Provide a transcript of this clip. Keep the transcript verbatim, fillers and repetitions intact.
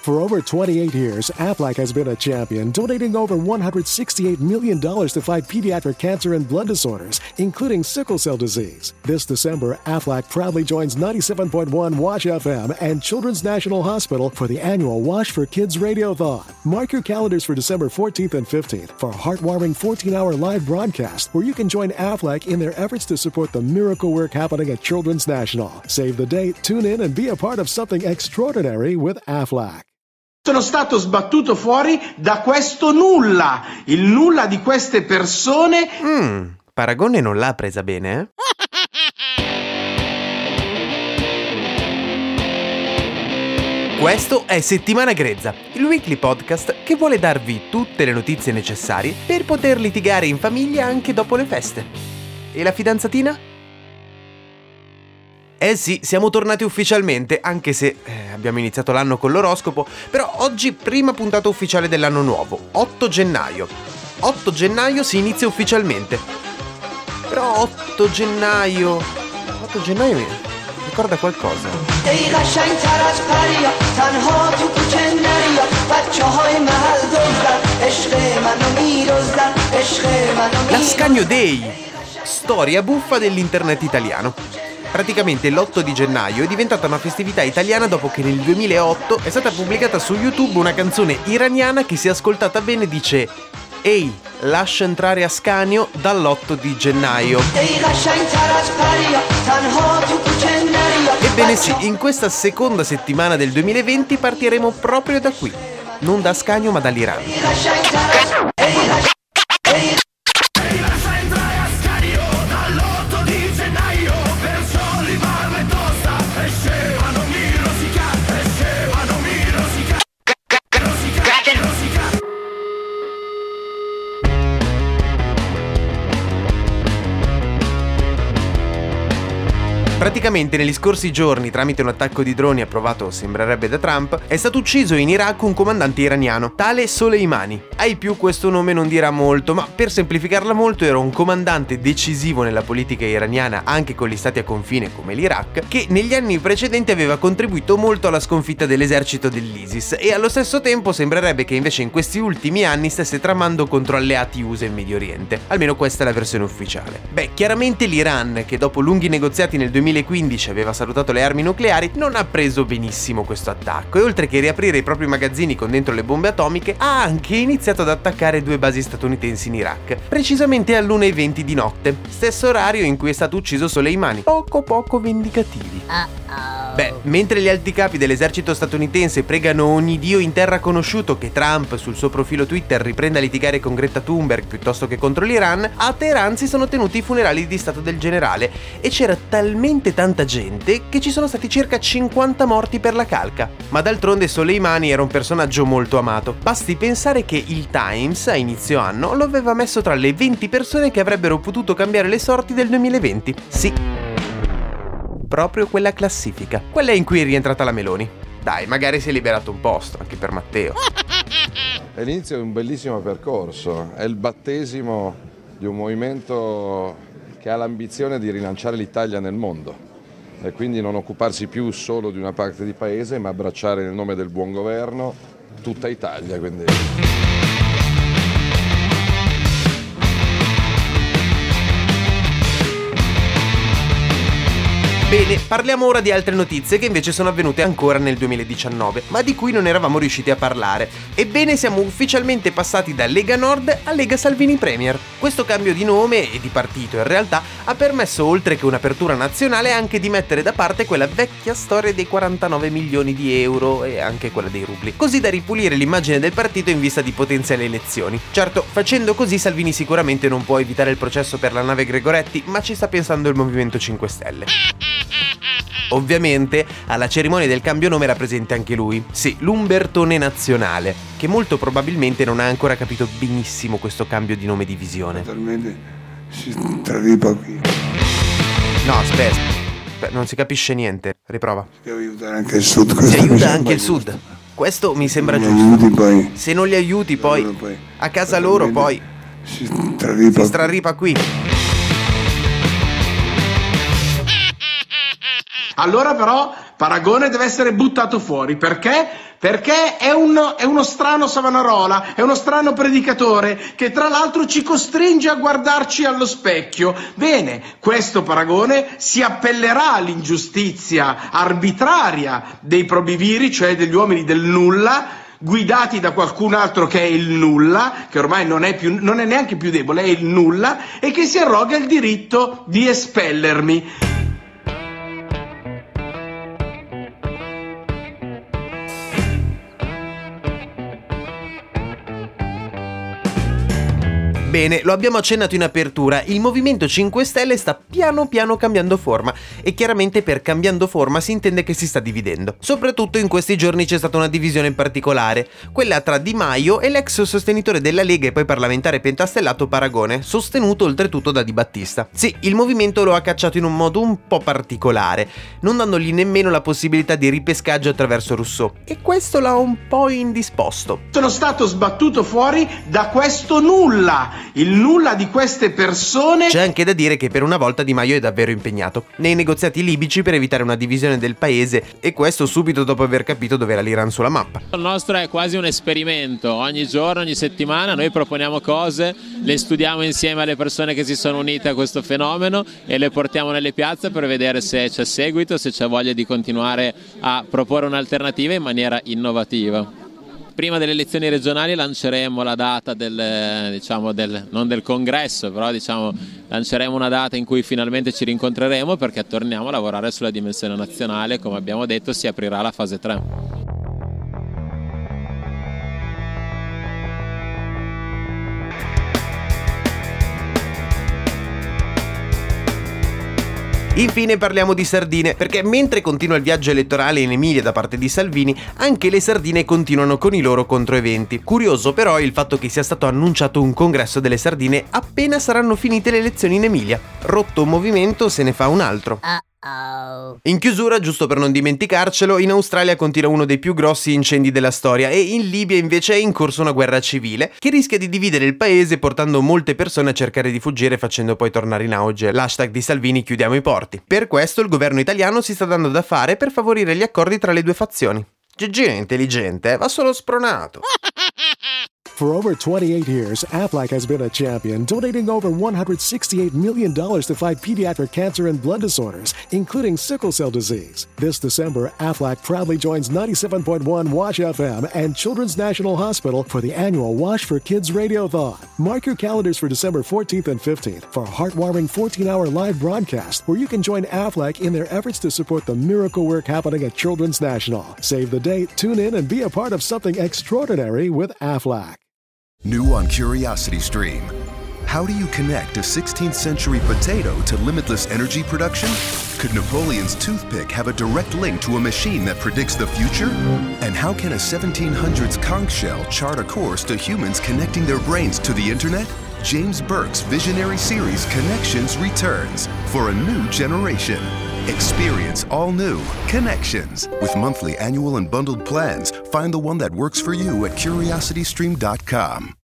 For over twenty-eight years, Aflac has been a champion, donating over one hundred sixty-eight million dollars to fight pediatric cancer and blood disorders, including sickle cell disease. This December, Aflac proudly joins ninety-seven point one Wash F M and Children's National Hospital for the annual Wash for Kids Radiothon. Mark your calendars for December fourteenth and fifteenth for a heartwarming fourteen-hour live broadcast where you can join Aflac in their efforts to support the miracle work happening at Children's National. Save the date, tune in, and be a part of something extraordinary with Aflac. Sono stato sbattuto fuori da questo nulla, il nulla di queste persone. Mmm, Paragone non l'ha presa bene, eh? Questo è Settimana Grezza, il weekly podcast che vuole darvi tutte le notizie necessarie per poter litigare in famiglia anche dopo le feste. E la fidanzatina? Eh sì, siamo tornati ufficialmente, anche se eh, abbiamo iniziato l'anno con l'oroscopo, però oggi prima puntata ufficiale dell'anno nuovo, otto gennaio. otto gennaio si inizia ufficialmente. Però otto gennaio... otto gennaio mi ricorda qualcosa. L'Ascanio Day, storia buffa dell'internet italiano. Praticamente l'otto di gennaio è diventata una festività italiana dopo che nel duemilaotto è stata pubblicata su YouTube una canzone iraniana che, se ascoltata bene, dice: "Ehi, lascia entrare Ascanio dall'otto di gennaio". Ebbene sì, in questa seconda settimana del duemilaventi partiremo proprio da qui. Non da Ascanio ma dall'Iran. Praticamente negli scorsi giorni, tramite un attacco di droni approvato, sembrerebbe, da Trump, è stato ucciso in Iraq un comandante iraniano, tale Soleimani. Ai più questo nome non dirà molto, ma per semplificarla molto era un comandante decisivo nella politica iraniana, anche con gli stati a confine come l'Iraq, che negli anni precedenti aveva contribuito molto alla sconfitta dell'esercito dell'ISIS, e allo stesso tempo sembrerebbe che invece in questi ultimi anni stesse tramando contro alleati U S A in Medio Oriente. Almeno questa è la versione ufficiale. Beh, chiaramente l'Iran, che dopo lunghi negoziati nel duemilaquindici aveva salutato le armi nucleari, non ha preso benissimo questo attacco, e oltre che riaprire i propri magazzini con dentro le bombe atomiche, ha anche iniziato ad attaccare due basi statunitensi in Iraq, precisamente all'una e venti di notte, stesso orario in cui è stato ucciso Soleimani. Poco poco vendicativi. Beh, mentre gli alti capi dell'esercito statunitense pregano ogni dio in terra conosciuto che Trump sul suo profilo Twitter riprenda a litigare con Greta Thunberg piuttosto che contro l'Iran, a Teheran si sono tenuti i funerali di stato del generale, e c'era talmente tanta gente che ci sono stati circa cinquanta morti per la calca. Ma d'altronde Soleimani era un personaggio molto amato. Basti pensare che il Times a inizio anno lo aveva messo tra le venti persone che avrebbero potuto cambiare le sorti del duemilaventi. Sì, proprio quella classifica, quella in cui è rientrata la Meloni. Dai, magari si è liberato un posto anche per Matteo. È l'inizio di un bellissimo percorso, è il battesimo di un movimento che ha l'ambizione di rilanciare l'Italia nel mondo, e quindi non occuparsi più solo di una parte di paese, ma abbracciare nel nome del buon governo tutta Italia. Quindi... Bene, parliamo ora di altre notizie che invece sono avvenute ancora nel duemiladiciannove, ma di cui non eravamo riusciti a parlare. Ebbene, siamo ufficialmente passati da Lega Nord a Lega Salvini Premier. Questo cambio di nome e di partito, in realtà, ha permesso, oltre che un'apertura nazionale, anche di mettere da parte quella vecchia storia dei quarantanove milioni di euro e anche quella dei rubli, così da ripulire l'immagine del partito in vista di potenziali elezioni. Certo, facendo così Salvini sicuramente non può evitare il processo per la nave Gregoretti, ma ci sta pensando il Movimento cinque Stelle. Ovviamente alla cerimonia del cambio nome era presente anche lui, sì, l'Umbertone nazionale, che molto probabilmente non ha ancora capito benissimo questo cambio di nome di visione. Totalmente si traripa qui. No, aspetta, aspetta, non si capisce niente, riprova. Si deve aiutare anche il sud. Si aiuta anche il sud, questo mi sembra li giusto. aiuti poi. Se non li aiuti poi, poi a casa loro poi si straripa. si straripa qui. Allora però Paragone deve essere buttato fuori. Perché? Perché è, un, è uno strano Savonarola, è uno strano predicatore che tra l'altro ci costringe a guardarci allo specchio. Bene, questo Paragone si appellerà all'ingiustizia arbitraria dei probiviri, cioè degli uomini del nulla, guidati da qualcun altro che è il nulla, che ormai non è, più, non è neanche più debole, è il nulla, e che si arroga il diritto di espellermi. Bene, lo abbiamo accennato in apertura, il Movimento cinque Stelle sta piano piano cambiando forma e chiaramente per cambiando forma si intende che si sta dividendo. Soprattutto in questi giorni c'è stata una divisione in particolare, quella tra Di Maio e l'ex sostenitore della Lega e poi parlamentare pentastellato Paragone, sostenuto oltretutto da Di Battista. Sì, il movimento lo ha cacciato in un modo un po' particolare, non dandogli nemmeno la possibilità di ripescaggio attraverso Rousseau, e questo l'ha un po' indisposto. Sono stato sbattuto fuori da questo nulla. Il nulla di queste persone. C'è anche da dire che per una volta Di Maio è davvero impegnato nei negoziati libici per evitare una divisione del paese, e questo subito dopo aver capito dove era l'Iran sulla mappa. Il nostro è quasi un esperimento, ogni giorno, ogni settimana noi proponiamo cose, le studiamo insieme alle persone che si sono unite a questo fenomeno e le portiamo nelle piazze per vedere se c'è seguito, se c'è voglia di continuare a proporre un'alternativa in maniera innovativa. Prima delle elezioni regionali lanceremo la data del, diciamo del, non del congresso, però diciamo lanceremo una data in cui finalmente ci rincontreremo, perché torniamo a lavorare sulla dimensione nazionale. Come abbiamo detto, si aprirà la fase tre. Infine parliamo di sardine, perché mentre continua il viaggio elettorale in Emilia da parte di Salvini, anche le sardine continuano con i loro controeventi. Curioso però è il fatto che sia stato annunciato un congresso delle sardine appena saranno finite le elezioni in Emilia. Rotto un movimento, se ne fa un altro. Uh-oh. In chiusura, giusto per non dimenticarcelo, in Australia continua uno dei più grossi incendi della storia e in Libia invece è in corso una guerra civile che rischia di dividere il paese, portando molte persone a cercare di fuggire, facendo poi tornare in auge l'hashtag di Salvini chiudiamo i porti. Per questo il governo italiano si sta dando da fare per favorire gli accordi tra le due fazioni. Gigi è intelligente, eh? Va solo spronato. For over twenty-eight years, Aflac has been a champion, donating over one hundred sixty-eight million dollars to fight pediatric cancer and blood disorders, including sickle cell disease. This December, Aflac proudly joins ninety-seven point one Wash F M and Children's National Hospital for the annual Wash for Kids Radiothon. Mark your calendars for December fourteenth and fifteenth for a heartwarming fourteen-hour live broadcast where you can join Aflac in their efforts to support the miracle work happening at Children's National. Save the date, tune in, and be a part of something extraordinary with Aflac. New on CuriosityStream. How do you connect a sixteenth century potato to limitless energy production? Could Napoleon's toothpick have a direct link to a machine that predicts the future? And how can a seventeen hundreds conch shell chart a course to humans connecting their brains to the internet? James Burke's visionary series Connections returns for a new generation. Experience all new Connections. With monthly, annual, and bundled plans, find the one that works for you at curiosity stream dot com.